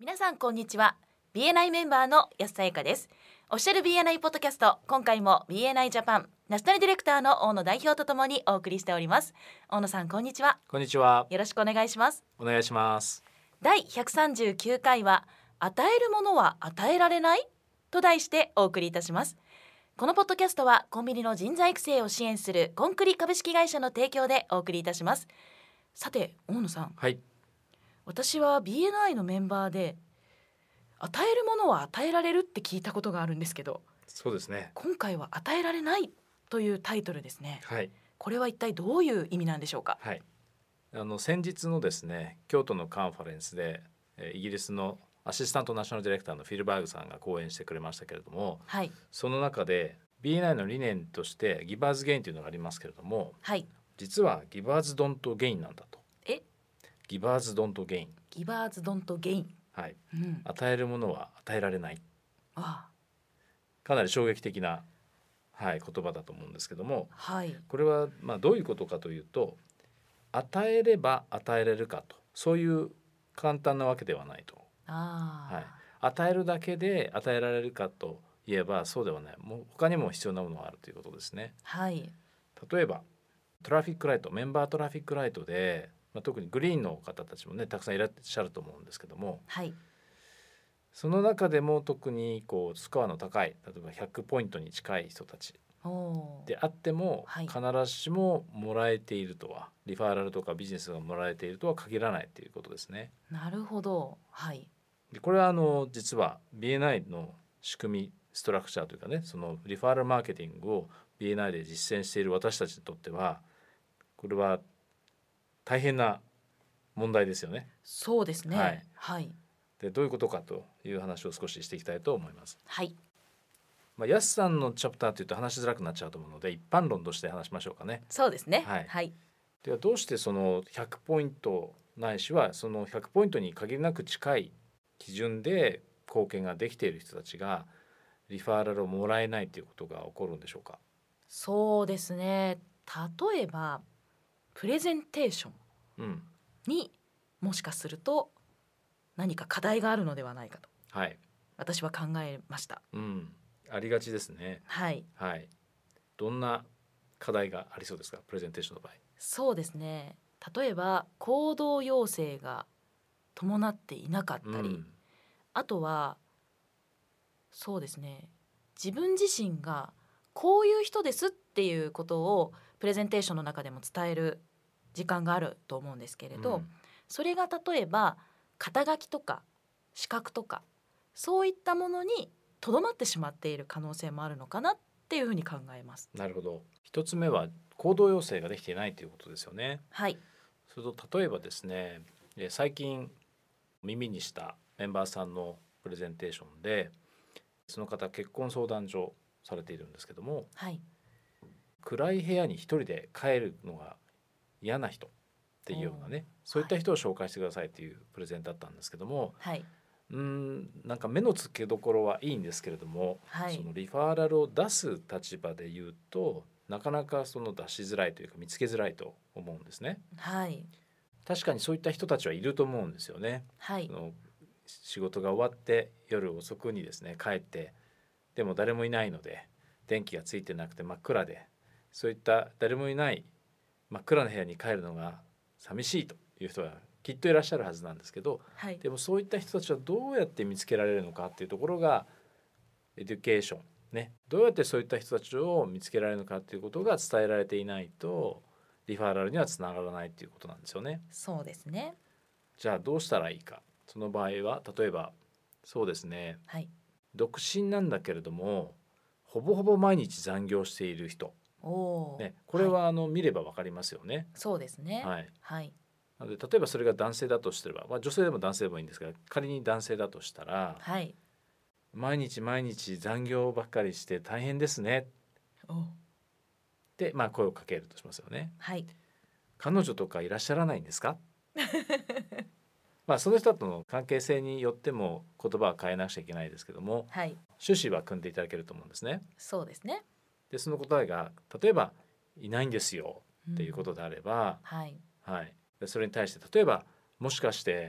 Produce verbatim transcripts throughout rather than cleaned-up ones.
皆さんこんにちは。 ビーエヌアイ メンバーの安さやかです。オフィシャル ビーエヌアイ ポッドキャスト、今回も ビーエヌアイ ジャパンナショナルディレクターの大野代表とともにお送りしております。大野さんこんにちは。 こんにちは。 よろしくお願いします。 お願いします。 だいひゃくさんじゅうきゅうかいは与えるものは与えられないと題してお送りいたします。このポッドキャストはコンビニの人材育成を支援するコンクリ株式会社の提供でお送りいたします。さて大野さん、 はい。 私は ビーエヌアイ のメンバーで与えるものは与えられるって聞いたことがあるんですけど、 そうですね。 今回は与えられないというタイトルですね。 はい。 これは一体どういう意味なんでしょうか。 はい。あの先日のですね、京都のカンファレンスでえイギリスのアシスタントナショナルディレクターのフィルバーグさんが講演してくれましたけれども、 はい、 その中で ビーエヌアイ の理念としてギバーズゲインというのがありますけれども、 はい、 実はギバーズドントゲインなんだと。 えギバーズドントゲイン。 ギバーズドントゲイン、 はい。 うん、 与えるものは与えられない。 あかなり衝撃的な、はい、言葉だと思うんですけども、 はい、 これはまあどういうことかというと、与えれば与えれるかと、そういう簡単なわけではないと。 あ、 はい、与えるだけで与えられるかといえばそうではない。もう他にも必要なものがあるということですね。 はい、 例えばトラフィックライト、メンバートラフィックライトで、まあ、特にグリーンの方たちもねたくさんいらっしゃると思うんですけども、 はい、 その中でも特にこうスコアの高い、例えばひゃくポイントに近い人たちおであっても、 はい必ずしももらえているとは、リファーラルとかビジネスがもらえているとは限らないということですね。 なるほど、はい、 でこれはあの実は ビーエヌアイ の仕組みストラクチャーというかね、そのリファーラルマーケティングを ビーエヌアイ で実践している私たちにとってはこれは大変な問題ですよね。 そうですね、 はい、 はい、 でどういうことかという話を少ししていきたいと思います。 はい、 まあ、ヤスさんのチャプターというと話しづらくなっちゃうと思うので一般論として話しましょうかね。 そうですね、 はい、 はい、 ではどうしてそのひゃくポイントないしはそのひゃくポイントに限りなく近い基準で貢献ができている人たちがリファーラルをもらえないということが起こるんでしょうか。 そうですね。例えばプレゼンテーションうんにもしかすると何か課題があるのではないかとはい、 私は考えました。 うん、ありがちですね。 はい、 はい、どんな課題がありそうですか、プレゼンテーションの場合。 そうですね。例えば行動要請が伴っていなかったり、 うんあとはそうですね、自分自身がこういう人ですっていうことをプレゼンテーションの中でも伝える時間があると思うんですけれど、 うんそれが例えば肩書きとか資格とかそういったものにとどまってしまっている可能性もあるのかなっていうふうに考えます。 なるほど。一つ目は行動要請ができていないということですよね。 はい、 それと例えばですね、え最近耳にしたメンバーさんのプレゼンテーションで、その方結婚相談所されているんですけども、 はい、 暗い部屋に一人で帰るのが嫌な人っていうようなね、そういった人を紹介してくださいっていうプレゼンだったんですけども、 はい、 うーんなんか目の付けどころはいいんですけれども、 はい、 そのリファーラルを出す立場で言うとなかなかその出しづらいというか見つけづらいと思うんですね。 はい、 確かにそういった人たちはいると思うんですよね。 はい、 その仕事が終わって夜遅くにですね帰って、でも誰もいないので電気がついてなくて真っ暗で、そういった誰もいない真っ暗な部屋に帰るのが寂しいという人がきっといらっしゃるはずなんですけど、 はい、 でもそういった人たちはどうやって見つけられるのかっていうところがエデュケーションね、どうやってそういった人たちを見つけられるのかっていうことが伝えられていないとリファーラルにはつながらないっていうことなんですよね。 そうですね。 じゃあどうしたらいいか。その場合は例えばそうですね、 はい、 独身なんだけれどもほぼほぼ毎日残業している人、 おー、 ね、これい、 はあの見れば分かりますよね。 そうですね。 はい、 はい、 なので例えばそれが男性だとすれば、まあ、女性でも男性でもいいんですが、仮に男性だとしたらはい、 毎日毎日残業ばっかりして大変ですねおー、 ってまあ声をかけるとしますよね。 はい、 彼女とかいらっしゃらないんですか。まあその人との関係性によっても言葉は変えなくちゃいけないですけども、 はい、 趣旨は組んでいただけると思うんですね。 そうですね。 でその答えが例えばいないんですよっていうことで、 であれば、 はい、 はい、でそれに対して例えばもしかして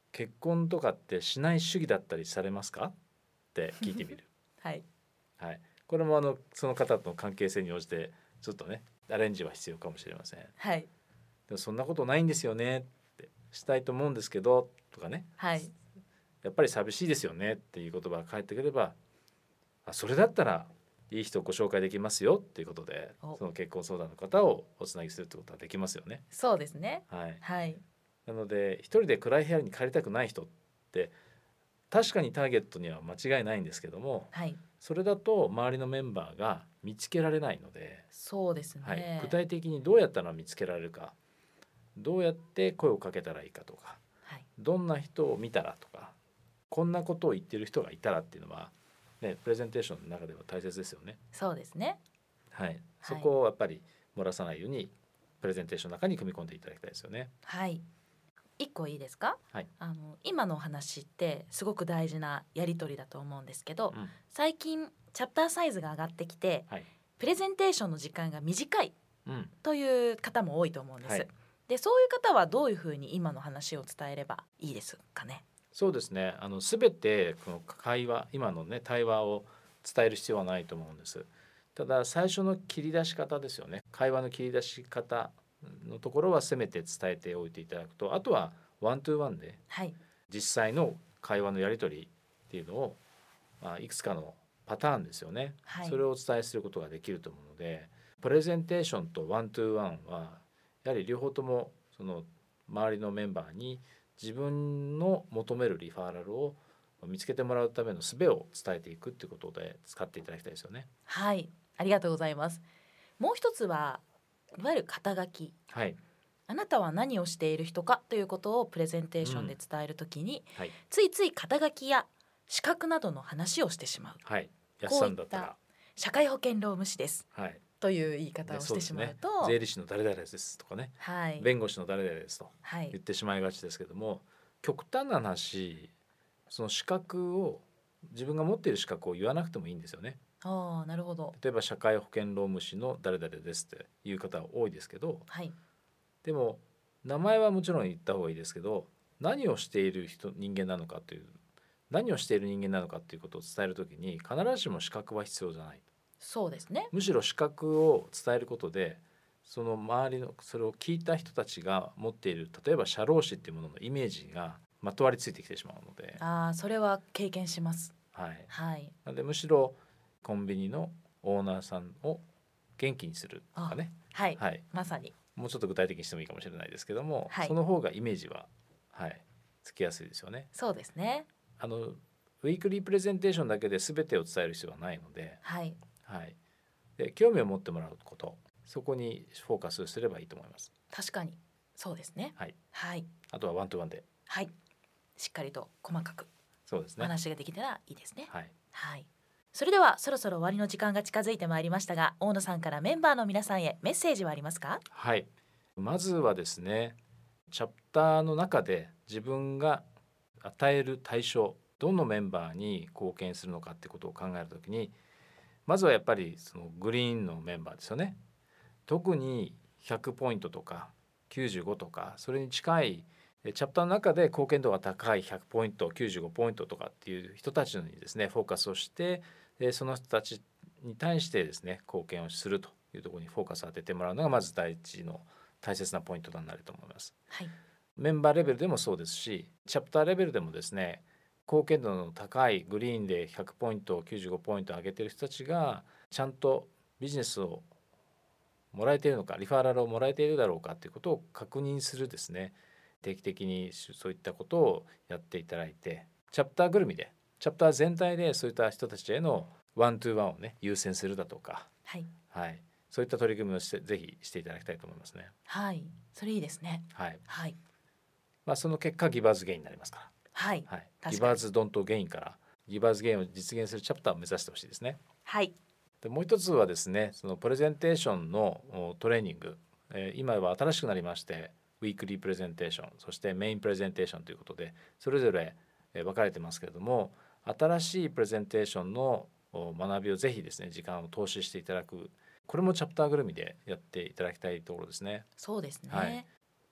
結婚とかってしない主義だったりされますかって聞いてみるはい、 はい、これもあのその方との関係性に応じてちょっとねアレンジは必要かもしれません。 はい、 でもそんなことないんですよねってしたいと思うんですけどとかね、 はい、 やっぱり寂しいですよねっていう言葉が返ってくれば、あそれだったらいい人をご紹介できますよっていうことで、 おその結婚相談の方をおつなぎするってことはできますよね。 そうですね。 はい、 はい、 なので一人で暗い部屋に帰りたくない人って確かにターゲットには間違いないんですけども、 はい、 それだと周りのメンバーが見つけられないので、 そうですね。 はい、具体的にどうやったら見つけられるか、どうやって声をかけたらいいかとか、 はい、 どんな人を見たらとか、こんなことを言ってる人がいたらっていうのは、ね、プレゼンテーションの中では大切ですよね。 そうですね。 はい、 はいそこをやっぱり漏らさないようにプレゼンテーションの中に組み込んでいただきたいですよね。 はい。一個いいですか？ はい、 あの今のお話ってすごく大事なやり取りだと思うんですけど、 うん、 最近チャプターサイズが上がってきて、 はい、 プレゼンテーションの時間が短いうん、 という方も多いと思うんです、 はい、 でそういう方はどういうふうに今の話を伝えればいいですかね？ そうですね。あの全てこの会話、今のね対話を伝える必要はないと思うんです。ただ最初の切り出し方ですよね。会話の切り出し方のところはせめて伝えておいていただくと、あとはワントゥーワンではい、 実際の会話のやり取りっていうのを、まあ、いくつかのパターンですよね、 はい、 それをお伝えすることができると思うので、プレゼンテーションとワントゥーワンはやはり両方ともその周りのメンバーに自分の求めるリファーラルを見つけてもらうための術を伝えていくっていうことで使っていただきたいですよね。 はい、ありがとうございます。もう一つはいわゆる肩書き、 はい、 あなたは何をしている人かということをプレゼンテーションで伝えるときに、うんはい、ついつい肩書きや資格などの話をしてしまう、 はい、安さんだったら社会保険労務士です、 はい、 という言い方をしてしまうと、 うね、税理士の誰々ですとかね、 はい、 弁護士の誰々ですと言ってしまいがちですけども、はい、極端な話、その資格を自分が持っている資格を言わなくてもいいんですよね。 ああ、なるほど。 例えば社会保険労務士の誰々ですっていう方は多いですけど、 はい、 でも名前はもちろん言った方がいいですけど、何をしている人人間なのかという、何をしている人間なのかということを伝えるときに必ずしも資格は必要じゃない。 そうですね。 むしろ資格を伝えることで、その周りのそれを聞いた人たちが持っている、例えば社労士っていうもののイメージがまとわりついてきてしまうので、 ああ、それは経験します。 はい、 はい、 なのでむしろコンビニのオーナーさんを元気にするとかね、 はい、 はい、 まさにもうちょっと具体的にしてもいいかもしれないですけども、 はい、 その方がイメージは、はい、つきやすいですよね。 そうですね。 あのウィークリープレゼンテーションだけで全てを伝える必要はないので、 はいはい、で興味を持ってもらうこと、そこにフォーカスすればいいと思います。 確かにそうですね。 はい、 はい、 あとはワントゥワンで、 はい、しっかりと細かくそうですね、 話ができたらいいですね。 はい、 はい、それではそろそろ終わりの時間が近づいてまいりましたが、大野さんからメンバーの皆さんへメッセージはありますか？ はい、まずはですね、チャプターの中で自分が与える対象、どのメンバーに貢献するのかってことを考えるときに、まずはやっぱりそのグリーンのメンバーですよね。特にひゃくポイントとかきゅうじゅうごとかそれに近いチャプターの中で貢献度が高いひゃくポイント、きゅうじゅうごポイントとかっていう人たちにですねフォーカスをして、その人たちに対してですね貢献をするというところにフォーカスを当ててもらうのがまず第一の大切なポイントになると思います。 はい、 メンバーレベルでもそうですし、チャプターレベルでもですね、貢献度の高いグリーンでひゃくポイント、きゅうじゅうごポイント上げている人たちがちゃんとビジネスをもらえているのか、リファーラルをもらえているだろうかということを確認するですね、定期的にそういったことをやっていただいて、チャプターぐるみでチャプター全体でそういった人たちへのワントゥーワンをね優先するだとか、 はいはい、そういった取り組みをしてぜひしていただきたいと思いますね。 はい、それいいですね。 はい、 はい、 まあ、その結果ギバーズゲインになりますから、 はい、 はい、 確かにギバーズドントゲインからギバーズゲインを実現するチャプターを目指してほしいですね。 はい、 でもう一つはですね、そのプレゼンテーションのおトレーニング、えー今は新しくなりましてウィークリープレゼンテーション、そしてメインプレゼンテーションということでそれぞれえー分かれてますけれども、新しいプレゼンテーションのお学びをぜひですね時間を投資していただく、これもチャプターぐるみでやっていただきたいところですね。 そうですね。 はい、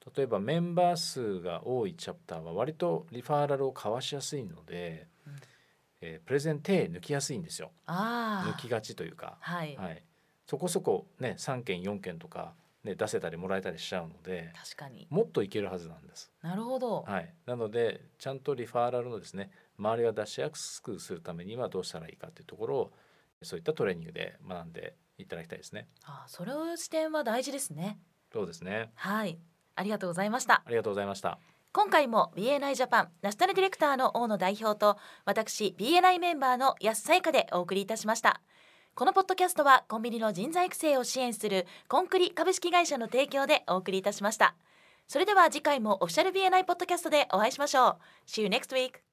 例えばメンバー数が多いチャプターは割とリファーラルを交わしやすいので、うんえー、プレゼン手抜きやすいんですよ。 あ抜きがちというか、 はいはい、そこそこねさんけんよんけんとか、ね、出せたりもらえたりしちゃうので、 確かにもっといけるはずなんです。 なるほど、 はい、なのでちゃんとリファーラルのですね周りが出しやすくするためにはどうしたらいいかというところをそういったトレーニングで学んでいただきたいですね。 あそれを視点は大事ですね。 そうですね。 はいありがとうございました。 ありがとうございました。 今回も ビーエーエヌアイ ジャパンナショナルディレクターの大野代表と私 ビーエーエヌアイ メンバーの安さやかでお送りいたしました。このポッドキャストはコンビニの人材育成を支援するコンクリ株式会社の提供でお送りいたしました。それでは次回もオフィシャル ビーエーエヌアイ ポッドキャストでお会いしましょう。See you next week!